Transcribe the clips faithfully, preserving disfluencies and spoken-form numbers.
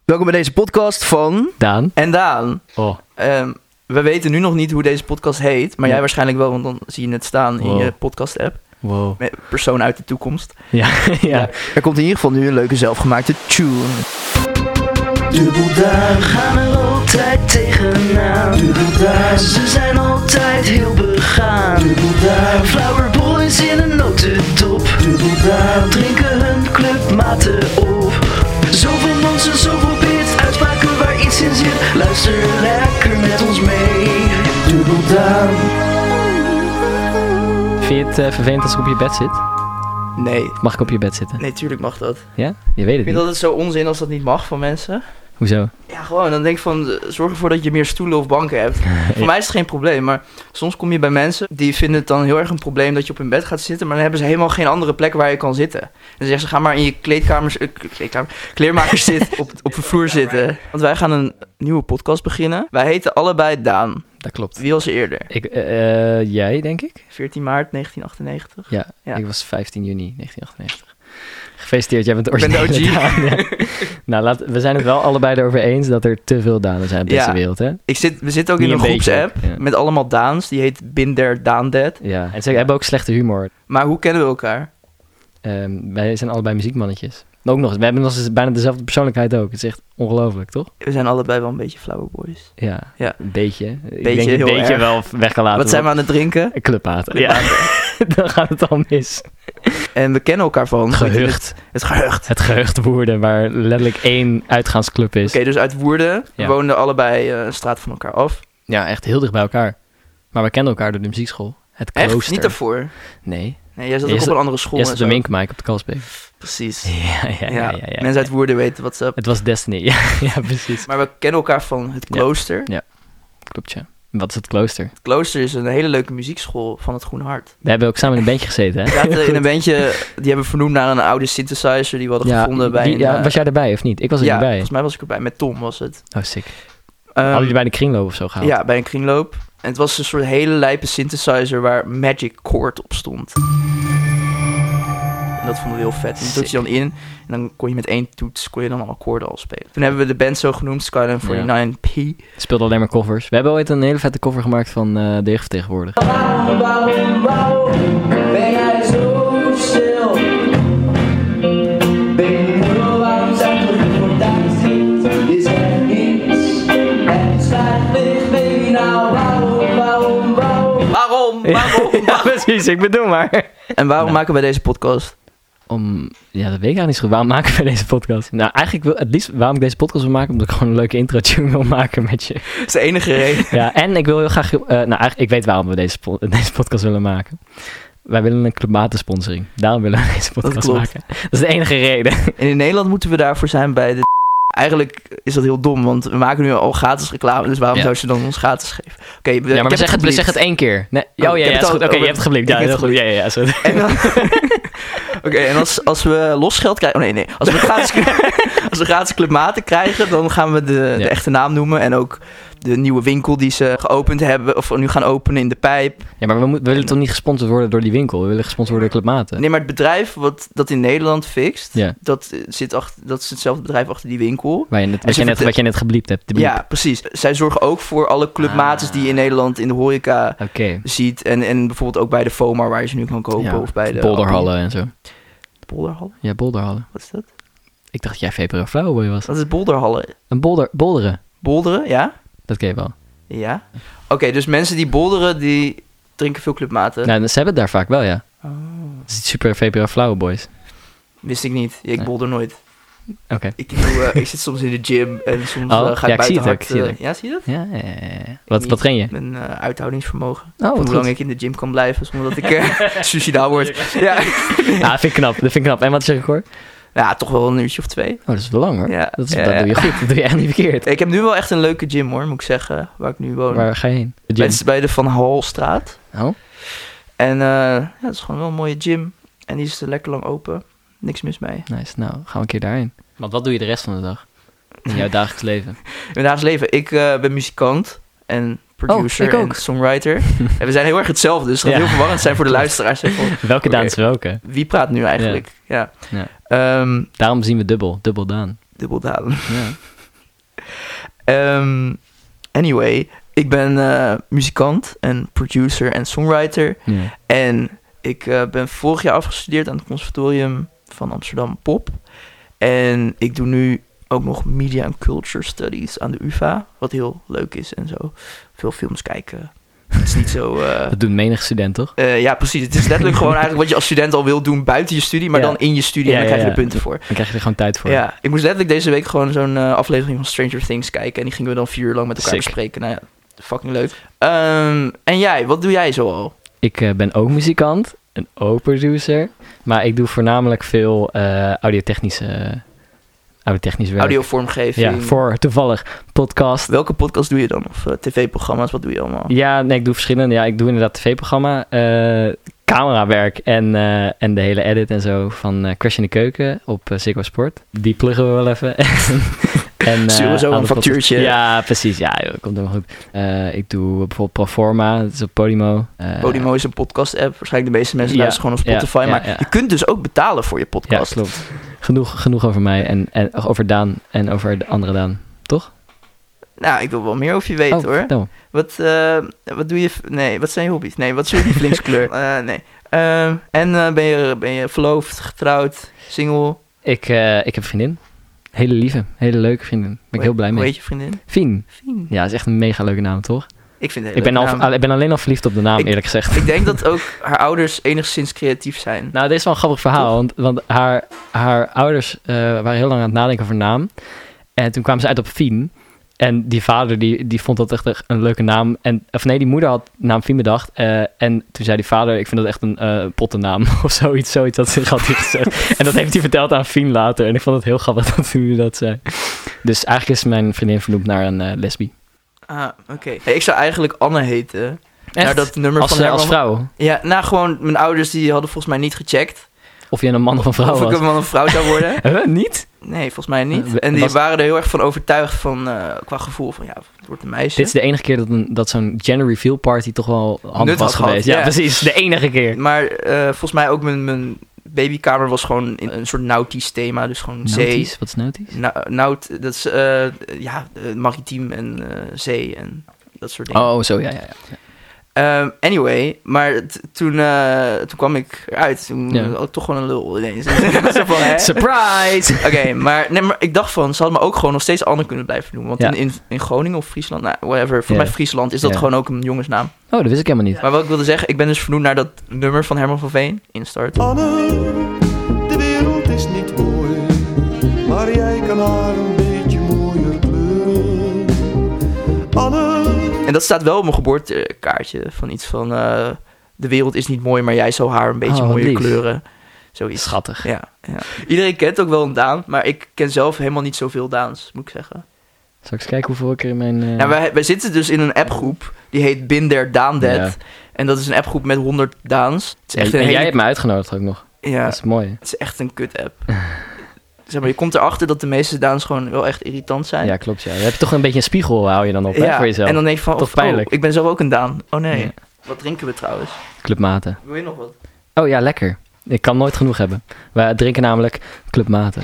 Welkom bij deze podcast van... Daan. En Daan. Oh. Um, we weten nu nog niet hoe deze podcast heet, maar ja. jij waarschijnlijk wel, want dan zie je het staan in wow. je podcast-app. Wow. Met persoon uit de toekomst. Ja, ja. ja. Er komt in ieder geval nu een leuke zelfgemaakte tune. Dubbeldaan, gaan er altijd tegenaan. Dubbeldaan, ze zijn altijd heel begaan. Dubbeldaan, Flower Boys in een notendop. Dubbeldaan, drinken hun clubmaten op. Zoveel nonsens, zoveel bit, uitspraken waar iets in zit. Luister lekker met ons mee. Dubbeldaan. Vind je het uh, vervelend als ik op je bed zit? Nee. Mag ik op je bed zitten? Nee, tuurlijk mag dat. Ja? Je weet het Ik vind niet. dat het zo onzin als dat niet mag van mensen. Hoezo? Ja, gewoon. Dan denk ik van, zorg ervoor dat je meer stoelen of banken hebt. Voor mij is het geen probleem, maar soms kom je bij mensen die vinden het dan heel erg een probleem dat je op hun bed gaat zitten, maar dan hebben ze helemaal geen andere plek waar je kan zitten. En dan zeggen ze, ga maar in je kleedkamers, uh, kleedkamer, kleermakers zit op, op de vloer zitten. Want wij gaan een nieuwe podcast beginnen. Wij heten allebei Daan. Dat klopt. Wie was er eerder? Ik, uh, uh, jij, denk ik? veertien maart negentien achtennegentig. Ja, ja, ik was vijftien juni negentien achtennegentig. Gefeliciteerd, jij bent de Ik ben originele de O G. Daan. Ja. Nou, laat, we zijn het wel allebei erover eens dat er te veel Danen zijn op Ja. deze wereld, hè? Ik zit, we zitten ook Niet in een, een groepsapp beetje, ja. met allemaal Daans. Die heet Binder Daan Dead. Ja, en ze hebben ook slechte humor. Maar hoe kennen we elkaar? Um, wij zijn allebei muziekmannetjes. We ook nog eens. We hebben nog eens bijna dezelfde persoonlijkheid ook. Het is echt ongelooflijk, toch? We zijn allebei wel een beetje Flower Boys. Ja, Ja. een beetje. Ik Beetje, denk een heel beetje erg. wel weg kan laten. Wat zijn we aan het drinken? Clubhaten. Ja, dan gaat het al mis. En we kennen elkaar van... Het gehucht. Het, het gehucht. Het gehucht Woerden, waar letterlijk één uitgaansclub is. Oké, okay, dus uit Woerden. We Ja. woonden allebei uh, een straat van elkaar af. Ja, echt heel dicht bij elkaar. Maar we kenden elkaar door de muziekschool. Het klooster. Echt? Niet daarvoor? Nee. Nee, jij zat Jij ook op zat- een andere school. Jij en zat zo. de Minkmike op de Kalsbeek. Precies. Ja, ja, ja. ja, ja, Mensen uit Woerden weten wat up. Het was Destiny. Ja, ja, precies. Maar we kennen elkaar van het klooster. Ja. Klopt, ja. Wat is het klooster? Het klooster is een hele leuke muziekschool van het Groene Hart. We hebben ook samen in een bandje gezeten, hè? We zaten in een bandje, die hebben we vernoemd naar een oude synthesizer die we hadden Ja, gevonden bij die- een... ja, uh, was jij erbij of niet? Ik was er ja, niet bij. volgens mij was ik erbij. Met Tom was het. Oh, sick. Um, Hadden jullie bij de kringloop of zo gehaald? Ja, bij een kringloop. En het was een soort hele lijpe synthesizer waar Magic Chord op stond. En dat vonden we heel vet. En dat toets je dan in. En dan kon je met één toets kon je dan al akkoorden al spelen. Toen hebben we de band zo genoemd, Skyline negenenveertig P. Speelde alleen maar covers. We hebben ooit een hele vette cover gemaakt van uh, de jeugdvertegenwoordiger. Waarom, waarom, waarom ben jij zo stil? Baby girl, waarom zeg je niet voor tijd? Je zegt niets en het schijnt licht, baby. Nou, waarom, waarom, waarom? Waarom? Waarom? Ja, precies. Ik bedoel maar. En waarom Nou. maken wij deze podcast? Om, ja, dat weet ik eigenlijk niet zo goed. Waarom maken we deze podcast? Nou, eigenlijk wil het liefst waarom ik deze podcast wil maken, omdat ik gewoon een leuke intro-tune wil maken met je. Dat is de enige reden. Ja, en ik wil heel graag, uh, nou eigenlijk, ik weet waarom we deze, po- deze podcast willen maken. Wij willen een Clubmaten sponsoring. Daarom willen we deze podcast klopt. maken. Dat is de enige reden. En in Nederland moeten we daarvoor zijn bij de... Eigenlijk is dat heel dom, want we maken nu al gratis reclame, dus waarom Ja. zou ze dan ons gratis geven? Oké, okay, Ja, maar we zeggen het, we zeggen het één keer. Nee, oh, Oh, ja, ik heb ja, het is al goed. Oké, over- je hebt het geblikt. Ja, ik heb heel het goed. Ja, ja, ja. Sorry. En dan... Oké, en als, als we losgeld krijgen... Oh nee, nee. Als we gratis, als we gratis Clubmaten krijgen, dan gaan we de, Ja. de echte naam noemen. En ook de nieuwe winkel die ze geopend hebben, of nu gaan openen in de Pijp. Ja, maar we, moet, we willen toch niet gesponsord worden door die winkel? We willen gesponsord worden door Clubmaten. Nee, maar het bedrijf wat dat in Nederland fixt, Ja. dat, zit achter, dat is hetzelfde bedrijf achter die winkel. Waar je net, En wat, ze je net, verte- wat je net gebliept hebt. de bliep. Ja, precies. Zij zorgen ook voor alle Clubmates Ah. die je in Nederland in de horeca Oké. ziet. En, en bijvoorbeeld ook bij de FOMAR waar je ze nu kan kopen. Ja, Of bij de Bolderhallen en zo. Bolderhallen? Ja, bolderhallen. Wat is dat? Ik dacht dat jij V P R O Flowerboy was. Wat is Bolderhallen? Een bolder, bolderen. Bolderen, ja? Dat ken je wel. Ja. Oké, dus mensen die bolderen, die drinken veel Clubmaten. Nou, ze hebben het daar vaak wel, ja. Oh. Het is super V P R O Flowerboys. Wist ik niet. Ik Nee. bolder nooit. Oké. Ik, doe, uh, ik zit soms in de gym en soms Oh, uh, ga ja, ik ik zie buiten het ook, hard. ik zie het uh, ook. ja, zie je dat? Ja, ja, ja, ja. Wat, niet. wat train je? Mijn uh, uithoudingsvermogen. Oh, Hoe wat lang goed. ik in de gym kan blijven zonder dat ik uh, suicidaal word. Ja. Ah, dat vind ik knap. Dat vind ik knap. En wat zeg ik hoor? ja, toch wel een uurtje of twee. Oh, dat is wel lang hoor. Ja, Dat, is, ja, dat ja. doe je goed. Dat doe je echt niet verkeerd. Ik heb nu wel echt een leuke gym hoor, moet ik zeggen, waar ik nu woon. Waar ga je heen? De Bij, gym? de- bij de Van Halstraat. Oh? En uh, ja, het is gewoon wel een mooie gym. En die is er lekker lang open. Niks mis mee. Nice. Nou, gaan we een keer daarheen. Want wat doe je de rest van de dag? In jouw dagelijks leven? In mijn dagelijks leven, ik uh, ben muzikant en producer Oh, ik ook. en songwriter. En we zijn heel erg hetzelfde, dus het gaat Ja. heel verwarrend zijn voor de luisteraars. Van, Welke Daan Oké. is welke? wie praat nu eigenlijk? Ja. Ja. Ehm, Daarom zien we dubbel. Dubbel Daan. dubbel Daan. Ja. Um, anyway, ik ben uh, muzikant en producer en songwriter. Ja. En ik uh, ben vorig jaar afgestudeerd aan het conservatorium van Amsterdam Pop. En ik doe nu ook nog Media and Culture Studies aan de U vA. Wat heel leuk is en zo. Veel films kijken. Het is niet zo... Uh, Dat doet menig student, toch? uh, ja, precies. Het is letterlijk gewoon eigenlijk wat je als student al wil doen buiten je studie. Maar Ja. dan in je studie Ja, en dan ja, krijg je ja. er punten voor. Dan krijg je er gewoon tijd voor. Ja, ik moest letterlijk deze week gewoon zo'n uh, aflevering van Stranger Things kijken. En die gingen we dan vier uur lang met elkaar Sick. bespreken. Nou ja, fucking leuk. Um, en jij, wat doe jij zoal? Ik uh, ben ook muzikant en ook producer. Maar ik doe voornamelijk veel uh, audiotechnische, audiotechnisch werk. Audiovormgeving. Ja, voor toevallig podcast. Welke podcast doe je dan? Of uh, tv-programma's, wat doe je allemaal? Ja, nee, ik doe verschillende. Ja, ik doe inderdaad tv-programma, uh, camerawerk en, uh, en de hele edit en zo van uh, Crash in de Keuken op uh, Ziggo Sport. Die pluggen we wel even. En, uh, Sturen we zo een andere factuurtje. podcasts. Ja, precies. Ja, joh, dat komt helemaal goed. Uh, ik doe bijvoorbeeld Proforma, dat is op Podimo. Uh, Podimo is een podcast-app. Waarschijnlijk de meeste mensen Ja, luisteren gewoon op ja, Spotify. ja, maar ja. je kunt dus ook betalen voor je Ja, podcast. klopt. Genoeg, genoeg over mij en, en over Daan en over de andere Daan. Toch? Nou, ik wil wel meer over je weten oh, hoor. vertel. Wat, uh, wat doe je... v- Nee, wat zijn je hobby's? Nee, wat is je lievelingskleur? Uh, nee. Uh, en uh, ben, je, ben je verloofd, getrouwd, single? Ik, uh, ik heb een vriendin. Hele lieve, hele leuke vriendin. Ben ik Hoe- heel blij Hoe mee. heet je vriendin? Fien. Fien. Ja, is echt een mega leuke naam, toch? Ik vind het Ik een ben, leuke al, naam. ik ben alleen al verliefd op de naam, Ik- eerlijk gezegd. Ik denk dat ook haar ouders enigszins creatief zijn. Nou, dit is wel een grappig verhaal, want, want haar, haar ouders uh, waren heel lang aan het nadenken over naam. En toen kwamen ze uit op Fien. En die vader, die, die vond dat echt een leuke naam. En, of nee, die moeder had de naam Fien bedacht. Uh, en toen zei die vader, ik vind dat echt een uh, pottennaam. Of zoiets, zoiets had, had hij gezegd. En dat heeft hij verteld aan Fien later. En ik vond het heel grappig dat hij dat zei. Dus eigenlijk is mijn vriendin vernoemd naar een uh, lesbi. Ah, oké. Okay. Hey, ik zou eigenlijk Anne heten. Echt? Naar dat nummer Als, van uh, Herman- als vrouw? Ja, nou gewoon, mijn ouders die hadden volgens mij niet gecheckt. Of je een man of een vrouw of ik was? een man of vrouw zou worden. Huh, niet? Nee, volgens mij niet. Uh, En die was- waren er heel erg van overtuigd van, uh, qua gevoel van, ja, het wordt een meisje. Dit is de enige keer dat, een, dat zo'n gender reveal party toch wel handig Nut was had gehad, geweest. Ja, ja. precies. De enige keer. Maar uh, volgens mij ook mijn, mijn babykamer was gewoon in een soort nautisch thema. Dus gewoon zee. Nautisch? Wat is nautisch? Na, naut, dat is uh, ja, uh, maritiem en uh, zee en dat soort dingen. Oh, zo, ja, ja, ja. Um, anyway, maar t- toen, uh, toen kwam ik eruit. Toen Ja. had ik toch gewoon een lul ineens. Zo van, hè? Surprise! Oké, maar, nee, maar ik dacht van, ze hadden me ook gewoon nog steeds Anne kunnen blijven noemen. Want Ja. in, in, in Groningen of Friesland, nou, whatever, voor Ja. mij Friesland is dat Ja. gewoon ook een jongensnaam. Oh, dat wist ik helemaal niet. Maar wat ik wilde zeggen, ik ben dus vernoemd naar dat nummer van Herman van Veen, Instart. Anne, de wereld is niet mooi, maar jij kan haar een beetje mooier kleuren. Anne, En dat staat wel op mijn geboortekaartje van iets van, uh, de wereld is niet mooi, maar jij zou haar een beetje Oh, wat mooier lief. kleuren. Zoiets. Schattig. Ja, ja. Iedereen kent ook wel een Daan, maar ik ken zelf helemaal niet zoveel Daans, moet ik zeggen. Zal ik eens kijken hoeveel ik er in mijn... Uh... Nou, wij, wij zitten dus in een appgroep, die heet Bin der Daan Dead. Ja. En dat is een appgroep met honderd Daans. Het is echt en, een en hele... jij hebt me uitgenodigd ook nog. Ja, Dat is mooi. het is echt een kut-app. Zeg maar, je komt erachter dat de meeste Daans gewoon wel echt irritant zijn. Ja, klopt. Ja. Dan heb je toch een beetje een spiegel, hou je dan op, hè, voor jezelf. en dan denk je van, Toch of, pijnlijk. oh, ik ben zelf ook een Daan. Oh nee, Ja. wat drinken we trouwens? Clubmaten. Wil je nog wat? Oh ja, lekker. Ik kan nooit genoeg hebben. Wij drinken namelijk Clubmaten.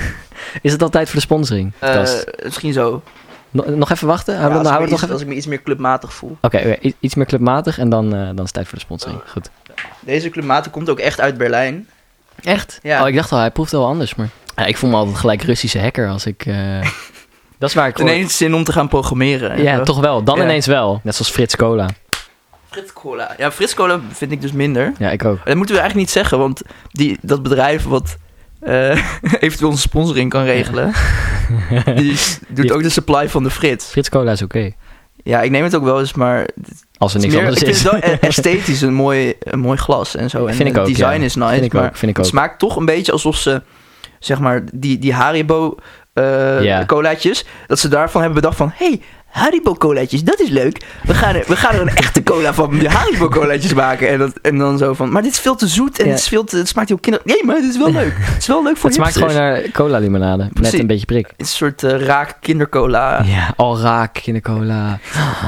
Is het al tijd voor de sponsoring? Uh, Kas? misschien zo. Nog, nog even wachten? Ja, Houden als, we ik houden me we het nog iets, even? als ik me iets meer clubmatig voel. Oké, oké, i- iets meer clubmatig en dan, uh, dan is het tijd voor de sponsoring. Goed. Deze clubmatig komt ook echt uit Berlijn. Echt? Ja. Oh, ik dacht al, hij proeft wel anders, maar... Ja, ik voel me altijd gelijk Russische hacker als ik... Uh... Dat is waar ik... Het is ineens zin om te gaan programmeren. en Ja, zo. toch wel. Dan Ja. ineens wel. Net zoals Frits Cola. Frits Cola. Ja, Frits Cola vind ik dus minder. Ja, ik ook. Dat moeten we eigenlijk niet zeggen, want die, dat bedrijf wat uh, eventueel onze sponsoring kan regelen, die s- doet Die- ook de supply van de Frits. Frits Cola is oké. Ja, ik neem het ook wel eens, maar het Als er is niks meer, ik anders vind is. het wel e- esthetisch een mooi, een mooi glas en zo. En Vind ik het ook, design ja. is nice, Vind ik maar ook, vind ik het ook. smaakt toch een beetje alsof ze, zeg maar, die, die Haribo uh, Ja. colaatjes, dat ze daarvan hebben bedacht van, hey, Haribo colaatjes, dat is leuk. We gaan er, we gaan er een echte cola van die Haribo colaatjes maken. En, dat, en dan zo van, maar dit is veel te zoet en Ja. het, is veel te, het smaakt heel kinder... Nee, maar het is wel leuk. Het is wel leuk voor Het smaakt hipsters. gewoon naar cola limonade. Met Precies. een beetje prik. Het is een soort uh, raak kindercola. Ja, al raak in de cola.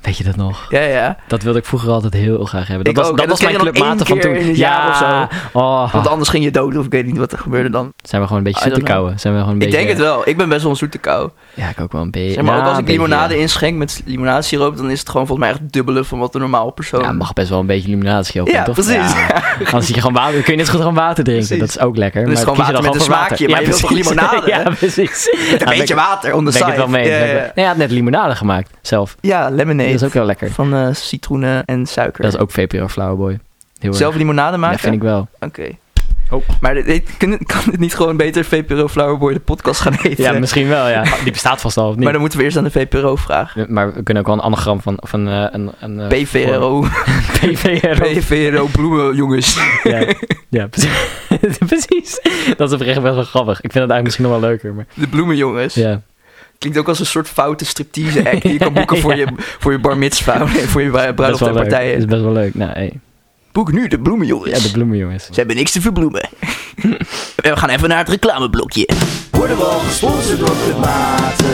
Weet je dat nog? Ja, ja. Dat wilde ik vroeger altijd heel graag hebben. Dat Ik was, ook. dat En was dat mijn kreeg je dan clubmaten één van keer toen. in het jaar of zo. Oh, Want anders ging je dood of ik weet niet wat er gebeurde dan. zijn we gewoon een beetje I don't zoete kouwen. Zijn we gewoon een Ik beetje, denk het wel. Ik ben best wel een zoete kou. Ja, ik ook wel een beetje. Zeg maar, ja, ook als een ik beetje, limonade ja. inschenk met limonadesiroop, dan is het gewoon volgens mij echt dubbele van wat een normaal persoon... Ja, mag best wel een beetje limonade op, Ja, toch? precies. Ja. Anders zit je gewoon water, kun je net zo goed gewoon water drinken. Precies. Dat is ook lekker. Dan is maar het gewoon kies je water dan met een gewoon voor smaakje, maar je wilt toch precies. limonade? Ja, precies. Met een Ja, ben beetje ik- water on the ben side. ik het wel mee. Ja, Ben ik ja, wel- ja. Nee, hij had net limonade gemaakt, zelf. Ja, lemonade. Dat is ook wel lekker. Van eh, citroenen en suiker. Dat is ook V P R Flower Boy. Heel erg. Zelf limonade maken? Ja, vind ik wel. Oké. Oh. Maar dit, dit- kan, kan het niet gewoon beter V P R O Flower Boy de podcast gaan eten? Ja, misschien wel, ja. Die bestaat vast al, of niet? Maar dan moeten we eerst aan de V P R O vragen. Maar we kunnen ook wel een anagram van... Of een, eh, een, een, eh, P V R O. P V R O. P V R O bloemen, jongens. Ja, ja precies. precies. Dat is oprecht best wel grappig. Ik vind het eigenlijk misschien nog wel leuker. Maar... De bloemenjongens. Ja. Klinkt ook als een soort foute striptease act die je kan boeken voor, je, voor je bar mitzvah en voor je Best bruiloft wel en leuk. partijen. Dat is best wel leuk. Nou, hey. Boek nu de bloemenjongens. Ja, de bloemenjongens. Ze hebben niks te verbloemen. We gaan even naar het reclameblokje. Worden we al gesponsord door Clubmaten?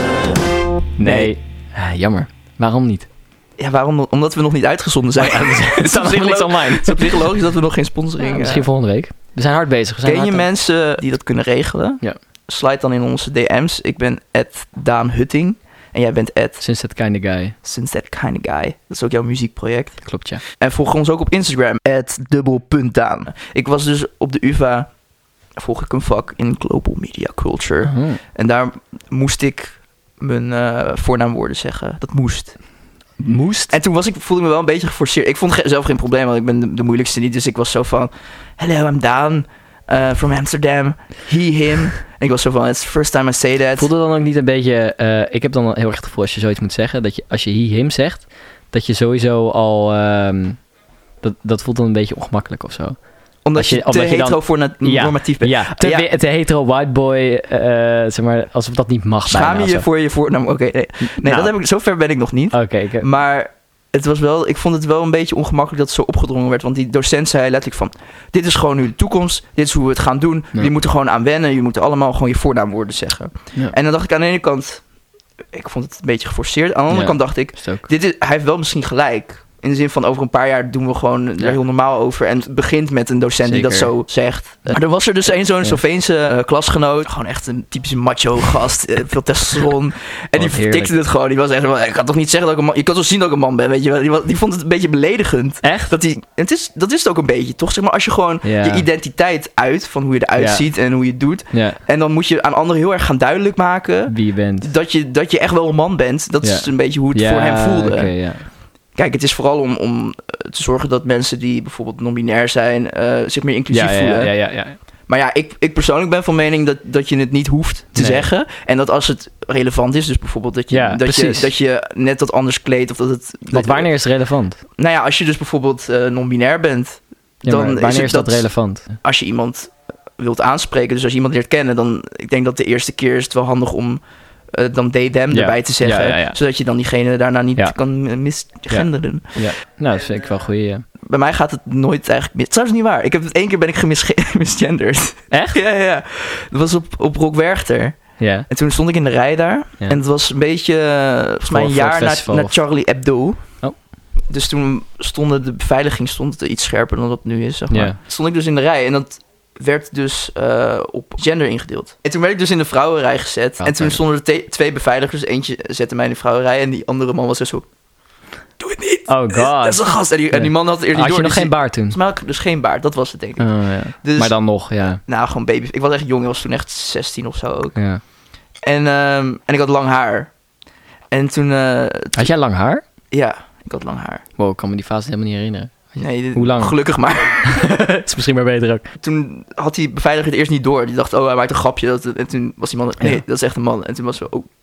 Nee. Ah, jammer. Waarom niet? Ja, waarom? Omdat we nog niet uitgezonden zijn. Het staat nog niks online. Het is op zich logisch dat we nog geen sponsoring Ja, hebben. misschien volgende week. We zijn hard bezig. We zijn Ken je hard aan- mensen die dat kunnen regelen? Ja. Slide dan in onze D M's. Ik ben at Daan Hutting. En jij bent at Sinds that kind of guy. Since That Kind of Guy. Dat is ook jouw muziekproject. Klopt, ja. En volg ons ook op Instagram. at dubbel.daan. Ik was dus op de U vA. Volg ik een vak in Global Media Culture. Oh. En daar moest ik mijn eh, voornaamwoorden zeggen. Dat moest. Moest? En toen was ik, voelde ik me wel een beetje geforceerd. Ik vond ge- zelf geen probleem, want ik ben de, de moeilijkste niet. Dus ik was zo van... Hello, I'm Daan. Uh, from Amsterdam. He, him. En ik was zo van... It's the first time I say that. Voelde dan ook niet een beetje... eh, ik heb dan heel erg het gevoel als je zoiets moet zeggen... dat je als je he, him zegt... dat je sowieso al... ehm, dat, dat voelt dan een beetje ongemakkelijk of zo. Omdat als je- je, te omdat je dan- hetero voor na- Ja, normatief bent. Ja, te, Ja. we- te hetero white boy... eh, zeg maar, alsof dat niet mag Schaam bijna je of je zo. voor je voornaam? Oké, nee. Nee, Nou. dat heb ik, zover ben ik nog niet. Oké, ik heb- Maar het was wel, ik vond het wel een beetje ongemakkelijk dat het zo opgedrongen werd. Want die docent zei letterlijk van... Dit is gewoon nu de toekomst. Dit is hoe we het gaan doen. Ja. Je moet er gewoon aan wennen. Je moet allemaal gewoon je voornaamwoorden zeggen. Ja. En dan dacht ik aan de ene kant... Ik vond het een beetje geforceerd. Aan de andere Ja. kant dacht ik... Is het ook. Dit is, hij heeft wel misschien gelijk. In de zin van over een paar jaar doen we gewoon er Ja. heel normaal over. En het begint met een docent die dat Zeker. zo zegt. Maar er was er dus een zo'n Ja. Sloveense eh, klasgenoot. Gewoon echt een typische macho gast. eh, veel testosteron. En die heerlijk. vertikte het gewoon. Die was echt van, ik kan toch niet zeggen dat ik een man... Je kan toch zien dat ik een man ben, weet je wel. Die, was- die vond het een beetje beledigend. Echt? Dat, die, het is, dat is het ook een beetje, toch? Zeg maar, als je gewoon Ja. je identiteit uit... van hoe je eruit Ja. ziet en hoe je het doet... Ja, en dan moet je aan anderen heel erg gaan duidelijk maken... wie je bent. dat je, dat je echt wel een man bent. Dat Ja. is een beetje hoe het Ja, voor hem voelde. oké, ja. Kijk, het is vooral om, om eh, te zorgen dat mensen die bijvoorbeeld non-binair zijn... eh, zich meer inclusief Ja, ja, voelen. ja, ja, ja, ja. Maar ja, ik, ik persoonlijk ben van mening dat, dat je het niet hoeft te Nee. zeggen. En dat als het relevant is, dus bijvoorbeeld dat je, Ja, dat je, precies. dat je net wat anders kleedt... of dat het... Want wanneer is het relevant? Nou ja, als je dus bijvoorbeeld eh, non-binair bent... Ja, Dan maar is wanneer het is dat, dat- relevant? als je iemand wilt aanspreken... dus als je iemand leert kennen... dan ik denk dat de eerste keer is het wel handig om... eh, dan they, them Ja. erbij te zeggen. Ja, ja, ja. Zodat je dan diegene daarna niet Ja. kan eh, misgenderen. Ja. Nou, dat vind ik wel een goeie. Ja. Bij mij gaat het nooit eigenlijk mis. Trouwens niet waar. Ik heb het één keer ben ik gemisgenderd. Echt? ja, ja, ja. Dat was op, op Rock Werchter. Ja. En toen stond ik in de rij daar. Ja. En het was een beetje, eh, volgens mij een Voor- voor het jaar na, festival na of- Charlie Hebdo. Oh. Dus toen stonden de beveiliging stond iets scherper dan dat het nu is, zeg maar. Ja. Stond ik dus in de rij en dat werd dus eh, op gender ingedeeld. En toen werd ik dus in de vrouwenrij gezet. Ah, en toen oké. stonden er te- twee beveiligers. Eentje zette mij in de vrouwenrij en die andere man was er zo... Doe het niet! Oh god. Dat is een gast. En die, en die man had het eerder Had niet je door. nog dus geen die- baard toen? Volgens mij had ik dus geen baard. Dat was het, denk ik. Oh, ja. Dus- Maar dan nog, ja. Nou, gewoon baby. Ik was echt jong. Ik was toen echt zestien of zo ook. ja. En, ehm, en ik had lang haar. En toen... eh, Had jij lang haar? ja, ik had lang haar. Wow, ik kan me die fase helemaal niet herinneren. Nee, dit- Hoe lang? Gelukkig maar. Het is misschien maar beter ook. Toen had die beveiliger het eerst niet door. Die dacht, oh, hij maakt een grapje. Dat, en toen was die man... Nee, Ja. dat is echt een man. En toen was zo... Oh.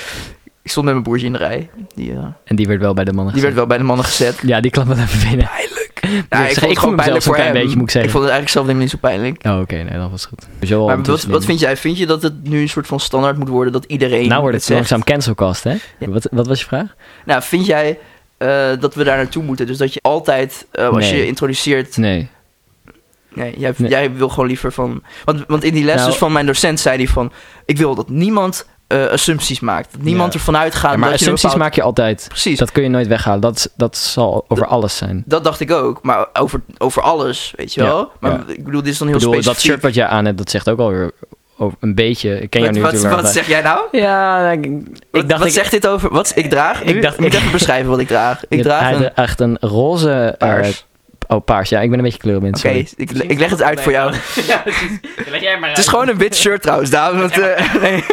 Ik stond met mijn broertje in de rij. Die, eh, En die werd wel bij de mannen die werd wel bij de mannen gezet. Ja, die klap wel even binnen. Pijnlijk. Ja, Nou, ik ik zeg, vond ik het vond gewoon hem pijnlijk zelfs voor een klein hem. beetje, moet ik zeggen. Ik vond het eigenlijk zelf helemaal niet zo pijnlijk. Oh, oké, nee, dat was goed. Zo al Maar wat, ondertussen wat vind jij? Vind je dat het nu een soort van standaard moet worden dat iedereen Nou wordt het zegt? langzaam cancelcast, hè? Ja. Wat, wat was je vraag? Nou, vind jij eh, dat we daar naartoe moeten? Dus dat je altijd, eh, als Nee. je introduceert... Nee. Nee, jij, Nee. jij wil gewoon liever van... Want, want in die les Nou- dus van mijn docent zei hij van... Ik wil dat niemand uh, assumpties maakt. Dat niemand Ja. ervan uitgaat Ja, maar dat je assumpties een bepaald... maak je altijd. Precies. Dat kun je nooit weghalen. Dat, dat zal over alles zijn. Dat dacht ik ook, maar over, over alles, weet je Ja, wel. Maar ja. ik bedoel, dit is dan heel Ik bedoel, specifiek. dat shirt wat jij aan hebt, dat zegt ook alweer over een beetje. Ik ken jou Wat, nu wat, natuurlijk wat wel. zeg jij nou? Ja, ik, ik Wat, dacht... wat ik, zegt dit over? Wat ik draag? Ik Nu? dacht- ik moet even beschrijven wat ik draag. Ik je- draag hij een had echt een roze... eh, paars. oh, paars. Ja, ik ben een beetje kleurenblind. Oké, sorry. ik, ik leg het uit voor jou. Ja, precies. Leg jij maar Het is gewoon een wit shirt trouwens, Daan. Want, eh, nee.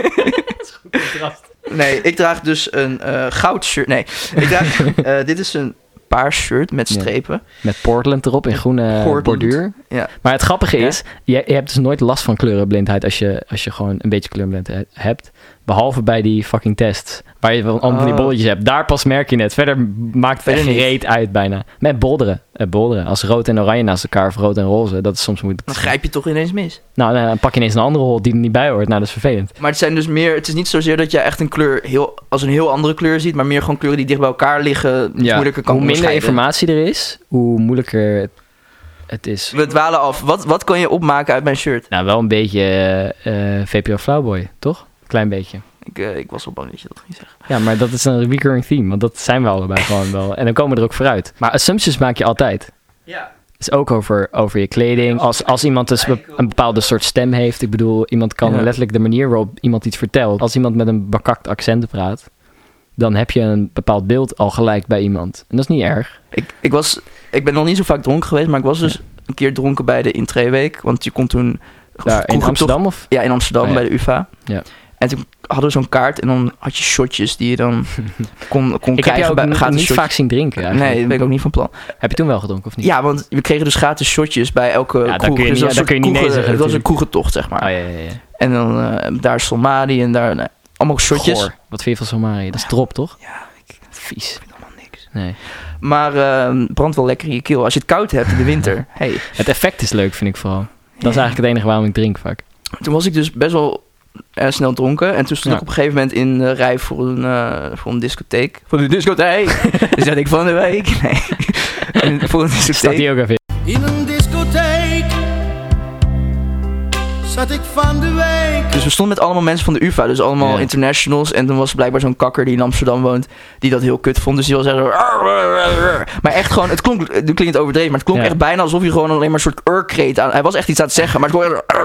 nee, ik draag dus een eh, goud shirt. Nee, ik draag, eh, dit is een paars shirt met Ja. strepen. Met Portland erop in groene Portland. borduur. Ja. Maar het grappige Ja. is, je, je hebt dus nooit last van kleurenblindheid als je, als je gewoon een beetje kleurenblindheid hebt. Behalve bij die fucking tests. Waar je allemaal van die Oh. bolletjes hebt. Daar pas merk je het. Verder maakt het Verder echt niet. reet uit bijna. Met bolderen. Eh, bolderen. Als rood en oranje naast elkaar of rood en roze. Dat is soms moeilijk. Dan grijp je toch ineens mis. Nou, dan pak je ineens een andere rol die er niet bij hoort. Nou, dat is vervelend. Maar het zijn dus meer. Het is niet zozeer dat je echt een kleur heel, als een heel andere kleur ziet, maar meer gewoon kleuren die dicht bij elkaar liggen, moeilijker kan hoe minder onderscheiden. informatie er is, hoe moeilijker het, het is. We dwalen af. Wat, wat kan je opmaken uit mijn shirt? Nou, wel een beetje eh, V P R O Flowboy, toch? Klein beetje. Ik, uh, ik was wel bang dat je dat ging zeggen. Ja, maar dat is een recurring theme, want dat zijn we allebei gewoon wel. En dan komen we er ook vooruit. Maar assumptions maak je altijd. Ja. Dus ook over, over je kleding. Als, als iemand dus be- een bepaalde soort stem heeft. Ik bedoel, iemand kan Ja. letterlijk de manier waarop iemand iets vertelt. Als iemand met een bekakt accent praat, dan heb je een bepaald beeld al gelijk bij iemand. En dat is niet erg. Ik, ik, was, ik ben nog niet zo vaak dronken geweest, maar ik was dus een keer dronken bij de Intreeweek. Want je kon toen... Daar in kroegen Amsterdam toch- of? Ja, in Amsterdam Oh, ja. bij de U vA. Ja. En toen hadden we zo'n kaart en dan had je shotjes die je dan kon, kon Ik heb krijgen jou ook bij n- gratis niet shotjes. vaak zien drinken eigenlijk. Nee, dat ben ik ook niet van plan. Heb je toen wel gedronken of niet? Ja, want we kregen dus gratis shotjes bij elke Ja, daar kroeg. kun je Dus niet- dat daar kun je niet nee kroegen- zeggen dat was een natuurlijk. kroegentocht, zeg maar. Oh, ja, ja, ja. En dan uh, daar Salmadi en daar... Nee, allemaal shotjes. Goor. Wat vind je van Somari? Dat is drop, toch? Ja, ik Vies. vind allemaal niks. Nee. Maar uh, brandt wel lekker in je keel. Als je het koud hebt in de winter. Hey. Het effect is leuk, vind ik vooral. Dat is eigenlijk het enige waarom ik drink vaak. Toen was ik dus best wel uh, snel dronken. En toen stond Ja. ik op een gegeven moment in de rij voor een, uh, voor een discotheek. Voor de discotheek! Dus dat ik van de week. Nee. En voor een Staat discotheek. die ook even in? In een discotheek zat ik van de week. Dus we stonden met allemaal mensen van de U vA. Dus allemaal Ja. internationals. En toen was er blijkbaar zo'n kakker die in Amsterdam woont. Die dat heel kut vond. Dus die was echt zo... Maar echt gewoon... Het klonk... Nu klinkt het overdreven. Maar het klonk Ja. echt bijna alsof hij gewoon alleen maar een soort urkreet aan... Hij was echt iets aan het zeggen. Maar het klonk echt...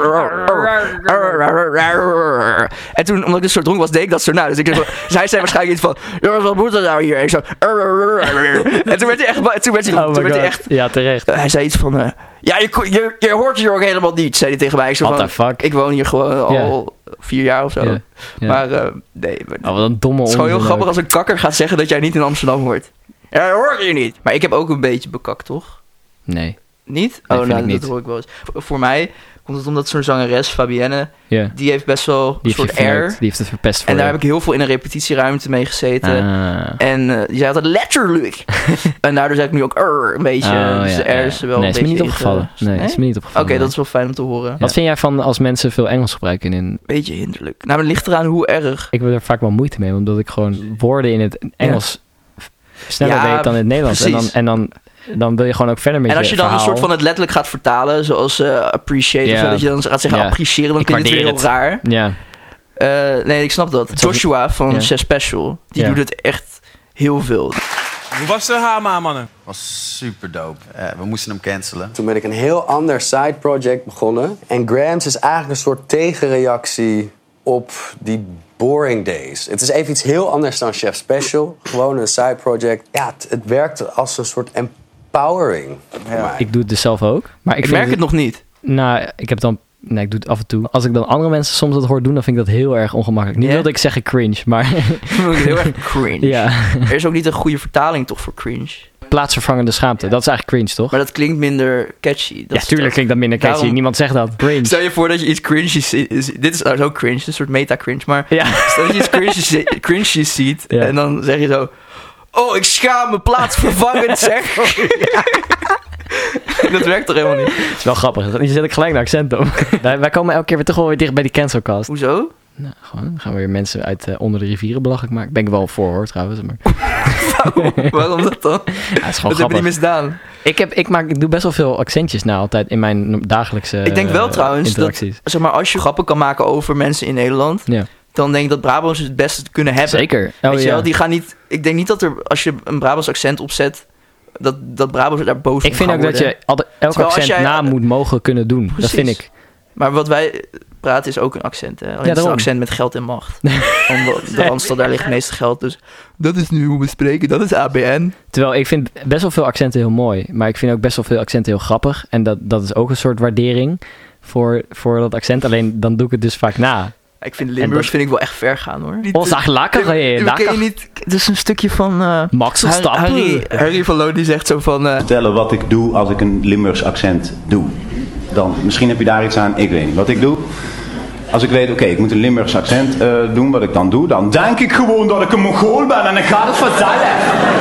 En toen, omdat ik dus zo dronken was, deed ik dat zo na. Dus ik zei, dus hij zei waarschijnlijk iets van... Jongens, wat moet er nou hier? En ik zo... En toen werd hij echt... ba- Toen werd hij, Oh toen my werd hij God. echt... Ja, terecht. Hij zei iets van... uh, ja, je, ko- je, je hoort hier ook helemaal niet, zei hij tegen mij. Ik, zo What van, the fuck? ik woon hier gewoon al vier jaar of zo. Ja. Ja. Maar uh, nee, maar- Oh, wat een domme het is gewoon heel onzin grappig ook. als een kakker gaat zeggen dat jij niet in Amsterdam hoort. Ja, dat hoor je niet. Maar ik heb ook een beetje bekakt, toch? Nee. Niet? Nee, oh, vind nou, ik niet. dat hoor ik wel eens. Voor, voor mij komt het omdat zo'n zangeres, Fabienne, Ja. die heeft best wel een Die heeft, soort je verneukt. air. Die heeft het verpest voor En daar je. heb ik heel veel in een repetitieruimte mee gezeten. Ah. En uh, die zei altijd letterlijk. En daardoor zei ik nu ook er een beetje. Oh, dus ja, de R ja. is er wel Nee, een is me beetje niet opgevallen. inge- Nee, is me niet Oké, opgevallen. nee. dat is wel fijn om te horen. Wat vind jij van als mensen veel Engels gebruiken in... Beetje hinderlijk. Nou, het ligt eraan hoe erg. Ik heb er vaak wel moeite mee, omdat ik gewoon woorden in het Engels f- sneller Ja, weet dan in het Nederlands. En dan, precies. en dan, dan wil je gewoon ook verder met En als je dan verhaal. een soort van het letterlijk gaat vertalen, zoals uh, appreciate Ja. of zo, dat je dan gaat zeggen Ja. appreciëren, dan Ik klinkt het weer heel waardeer raar. Ja, Uh, nee, ik snap dat. Het is ook- Joshua van Ja. Chef Special, die Ja. doet het echt heel veel. Hoe was de Hama, mannen? Was super dope. Eh, we moesten hem cancelen. Toen ben ik een heel ander side project begonnen. En Grams is eigenlijk een soort tegenreactie op die boring days. Het is even iets heel anders dan Chef Special. Gewoon een side project. Ja, het, het werkt als een soort empowering voor mij. ik doe het dus zelf ook. Maar ik, Ik vind merk het nog niet. Nou, ik heb dan... Nee, ik doe het af en toe. Als ik dan andere mensen soms dat hoor doen, dan vind ik dat heel erg ongemakkelijk. Niet Ja? wilde ik zeggen cringe, maar... Heel erg cringe. ja, Er is ook niet een goede vertaling toch voor cringe. plaatsvervangende schaamte. Dat is eigenlijk cringe, toch? Maar dat klinkt minder catchy. Dat ja, is tuurlijk dat. klinkt dat minder catchy. Daarom- Niemand zegt dat. Cringe. Stel je voor dat je iets cringe ziet. Dit is nou zo cringe, een soort meta-cringe. Maar Ja. stel dat je iets cringe, cringe ziet Ja. en dan zeg je zo... Oh, ik schaam me plaatsvervangend, zeg. Dat werkt toch helemaal niet? Het is wel grappig. Je zet ik gelijk een accent op. wij, wij komen elke keer weer toch wel weer dicht bij die cancelcast. Hoezo? Nou, gewoon. Dan gaan we weer mensen uit uh, onder de rivieren belachelijk maken. Ben ik wel voor, hoor, trouwens. Maar... Waarom dat dan? Ja, het is gewoon Wat heb je grappig. niet misdaan? Ik, heb, ik, maak, ik doe best wel veel accentjes nou altijd in mijn dagelijkse Ik denk wel uh, trouwens dat, interacties. zeg maar, als je grappen kan maken over mensen in Nederland, Ja. dan denk ik dat Brabants het beste kunnen hebben. Zeker. Oh, Weet je ja. wel? Die gaan niet... Ik denk niet dat er, als je een Brabants accent opzet, dat, dat Brabants daar boos Ik om vind gaan ook dat worden. je altijd elk Terwijl als accent jij- na moet mogen kunnen doen. Dat Precies. vind ik. Maar wat wij praten is ook een accent, hè? Alleen het is een daarom. accent met geld en macht. Omdat de Randstad, daar ligt het meeste geld. Dus dat is nu hoe we spreken. Dat is A B N. Terwijl ik vind best wel veel accenten heel mooi. Maar ik vind ook best wel veel accenten heel grappig. En dat, dat is ook een soort waardering voor, voor dat accent. Alleen dan doe ik het dus vaak na. Ik vind Limburgs dat- vind ik wel echt ver gaan, hoor. Oh, zeg lekker, hé. Ken Lekker. je niet... Het is een stukje van... eh Max Harry, Verstappen. Harry, Harry van Loon die zegt zo van... eh, Vertellen wat ik doe als ik een Limburgs accent doe. Dan, misschien heb je daar iets aan, ik weet niet. Wat ik doe, als ik weet, oké, ik moet een Limburgs accent uh, doen, wat ik dan doe, dan denk ik gewoon dat ik een Mongool ben en ik ga het vertellen.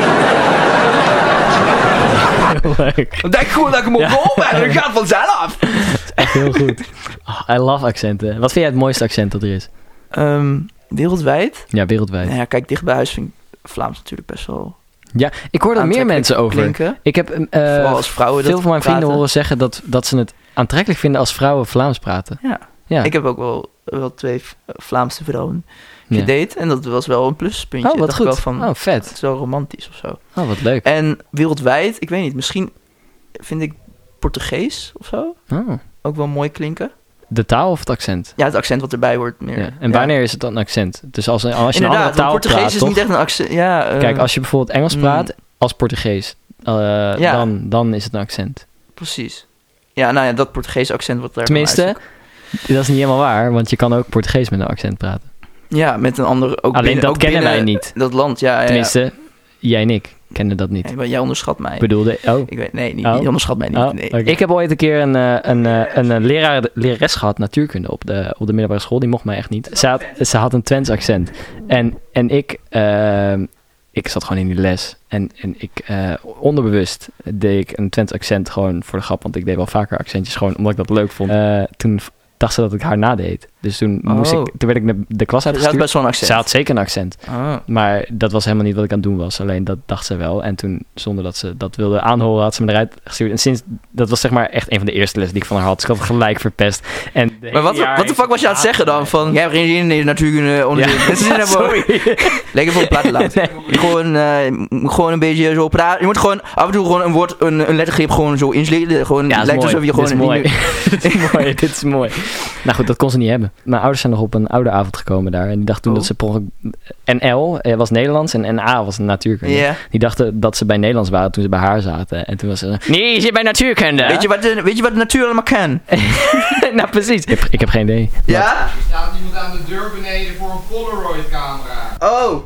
Leuk. Dan denk ik gewoon dat ik een Mongool ben en dan gaat het vanzelf. Echt heel goed. Oh, I love accenten. Wat vind jij het mooiste accent dat er is? Um, wereldwijd? Ja, wereldwijd. Nou ja, kijk, dicht bij huis vind ik Vlaams natuurlijk best wel... Ja, ik hoor er meer mensen over. Klinken. Ik heb uh, Vooral als vrouwen veel dat van mijn vrienden praten. horen zeggen dat, dat ze het aantrekkelijk vinden als vrouwen Vlaams praten. Ja. Ja. Ik heb ook wel, wel twee v- Vlaamse vrouwen Ja. gedate. En dat was wel een pluspuntje. Oh, wat Dacht goed. ik wel van, Oh, vet. het is wel romantisch of zo. Oh, wat leuk. En wereldwijd, ik weet niet, misschien vind ik Portugees of zo Oh. ook wel mooi klinken. De taal of het accent? Ja, het accent wat erbij wordt meer. Ja. En wanneer is het dan een accent? Dus als, als je een Inderdaad, andere want taal Portugees praat, is toch? niet echt een accent. Ja, eh, Kijk, als je bijvoorbeeld Engels mm. praat als Portugees, uh, Ja. dan, dan is het een accent. Precies. Ja, nou ja, dat Portugees accent wat daar Tenminste, van dat is niet helemaal waar, want je kan ook Portugees met een accent praten. Ja, met een ander... Ook Alleen binnen, dat ook kennen binnen wij niet. Dat land, ja. ja, Tenminste, jij en ik kennen dat niet. ja. Nee, maar jij onderschat mij. Ik bedoelde, oh. Ik weet, nee, niet, Oh. je onderschat mij niet. Oh, nee. oké. Ik heb ooit een keer een, eh, een, eh, een, een leraar, lerares gehad, natuurkunde, op de, op de middelbare school. Die mocht mij echt niet. Ze had, ze had een Twents accent. En, en ik, eh, ik zat gewoon in die les. En, en ik, eh, onderbewust deed ik een Twents accent gewoon voor de grap. Want ik deed wel vaker accentjes gewoon omdat ik dat leuk vond. Eh, toen dacht ze dat ik haar nadeed. Dus toen, moest Oh. ik, toen werd ik de, de klas Ze had uitgestuurd. best wel een accent. Ze had zeker een accent. Ah. Maar dat was helemaal niet wat ik aan het doen was. Alleen dat dacht ze wel. En toen, zonder dat ze dat wilde aanhoren, had ze me eruit gestuurd. En sinds, dat was zeg maar echt een van de eerste lessen die ik van haar had. Dus ik had het gelijk verpest. En de Maar wat, hele jaar wat de fuck was je aan het zeggen dan? Van, jij hebt geen zin in natuurkunde onderzoek. Ja, Dat is ja, sorry. Lekker voor een platteland. Nee. Je gewoon, eh, je moet gewoon een beetje zo praten. Je moet gewoon af en toe gewoon een woord, een, een lettergrip gewoon zo inslikken. Gewoon, Ja, dat lijkt is alsof mooi. je gewoon... Dit is mooi. niet Dit is mooi. Dit is mooi. Nou goed, dat kon ze niet hebben. Mijn ouders zijn nog op een ouderavond gekomen daar. En die dachten toen Oh. dat ze... per ongeluk- N L eh, was Nederlands en N A was natuurkunde. Ja. Die dachten dat ze bij Nederlands waren toen ze bij haar zaten. En toen was ze... Nee, je zit bij natuurkunde. Weet je, wat de, weet je wat de natuur allemaal kan? Nou, precies. Ik heb, ik heb geen idee. Ja? Er staat iemand aan de deur beneden voor een Polaroid camera. Oh.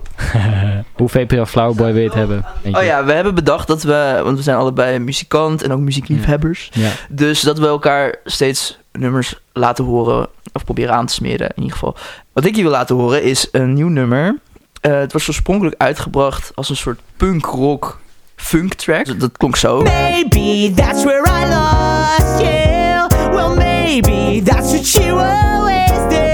Hoe V P R Flowerboy wil je het hebben? Eentje. Oh ja, we hebben bedacht dat we... Want we zijn allebei muzikant en ook muziekliefhebbers. Ja. Dus dat we elkaar steeds nummers laten horen. Of proberen aan te smeren in ieder geval. Wat ik je wil laten horen is een nieuw nummer. Uh, het was oorspronkelijk uitgebracht als een soort punk-rock funk track. Dat klonk zo. Maybe that's where I lost you. Well, maybe that's what you always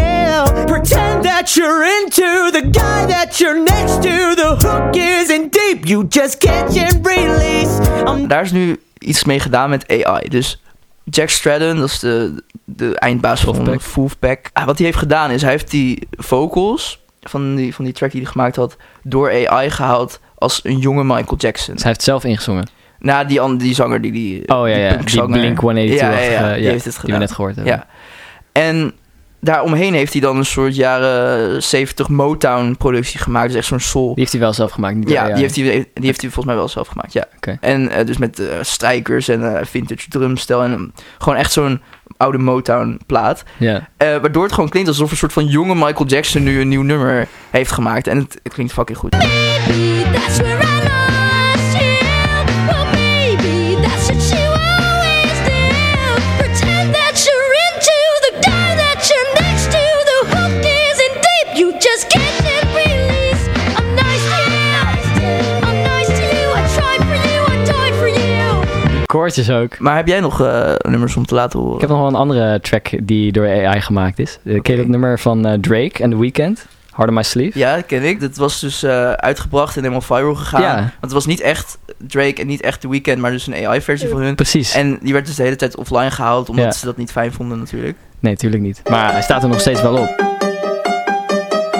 do. Pretend that you're into the guy that you're next to. The hook isn't deep, you just catch and release. I'm Daar is nu iets mee gedaan met A I. Dus Jack Stratton, dat is de, de eindbaas van Wolfpack. Wolfpack. Ah, wat hij heeft gedaan is, hij heeft die vocals van die, van die track die hij gemaakt had, door A I gehaald als een jonge Michael Jackson. Dus hij heeft zelf ingezongen. Nou, die, an- die zanger die... die Oh ja, die ja. Die punkzanger. Blink honderdtweeëntachtig. Ja, ja, ja, uh, die ja, heeft het die gedaan. we net gehoord hebben. Ja. En daaromheen heeft hij dan een soort jaren zeventig Motown productie gemaakt. Dus echt zo'n soul. Die heeft hij wel zelf gemaakt. Niet Ja, door A I. die heeft, hij, die heeft hij volgens mij wel zelf gemaakt, ja. Oké. En eh, dus met eh, strijkers en eh, vintage drumstel en um, gewoon echt zo'n oude Motown plaat. Ja. Eh, waardoor het gewoon klinkt alsof een soort van jonge Michael Jackson nu een nieuw nummer heeft gemaakt. En het, het klinkt fucking goed. Maybe that's where I lost you. Well, maybe that's what you always do. Pretend that you're into the guy that you're next to. The hook isn't deep, you just catch and release. I'm nice to you, I'm nice to you. I tried for you, I died for you. Koortjes ook. Maar heb jij nog uh, nummers om te laten horen? Ik heb nog wel een andere track die door A I gemaakt is. Uh, ken je dat nummer van uh, Drake en The Weeknd? Hard on My Sleeve? Ja, dat ken ik. Dat was dus uh, uitgebracht en helemaal viral gegaan. Ja. Want het was niet echt Drake en niet echt The Weeknd, maar dus een A I-versie van hun. Precies. En die werd dus de hele tijd offline gehaald, omdat Ja. ze dat niet fijn vonden natuurlijk. Nee, natuurlijk niet. Maar hij staat er nog steeds wel op.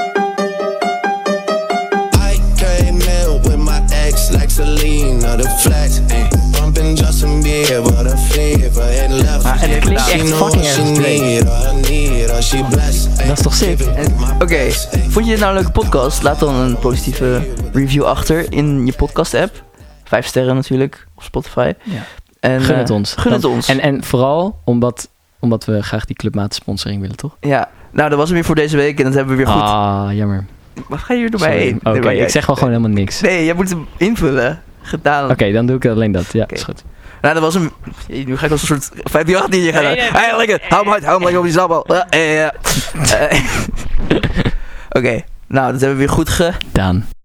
flex, ayy. Bumping Justin Bieber, what a flavor. Head left, Ah, en het klinkt echt fucking erg als Drake. Dat is toch sick? Oké, okay. Vond je dit nou een leuke podcast? Laat dan een positieve review achter in je podcast app. Vijf sterren natuurlijk, op Spotify. Ja. En, gun het uh, ons. Gun het Dan, ons. En, en vooral omdat, omdat we graag die clubmaat sponsoring willen, toch? Ja, nou dat was het weer voor deze week en dat hebben we weer goed. Ah, jammer. Wat ga je hier door mij heen? Oké, okay, ik zeg wel gewoon helemaal niks. Nee, jij moet hem invullen. Gedaan. Oké, okay, dan doe ik alleen dat. Ja, okay. is goed. Nou, dat was hem. Nu ga ik als een soort vijf jaar acht gaan. Nee, nee, hey, nee, lekker. Hou hem uit, hou hem lekker op die zabbel. Uh, uh, uh. Oké, okay. Nou, dat hebben we weer goed gedaan.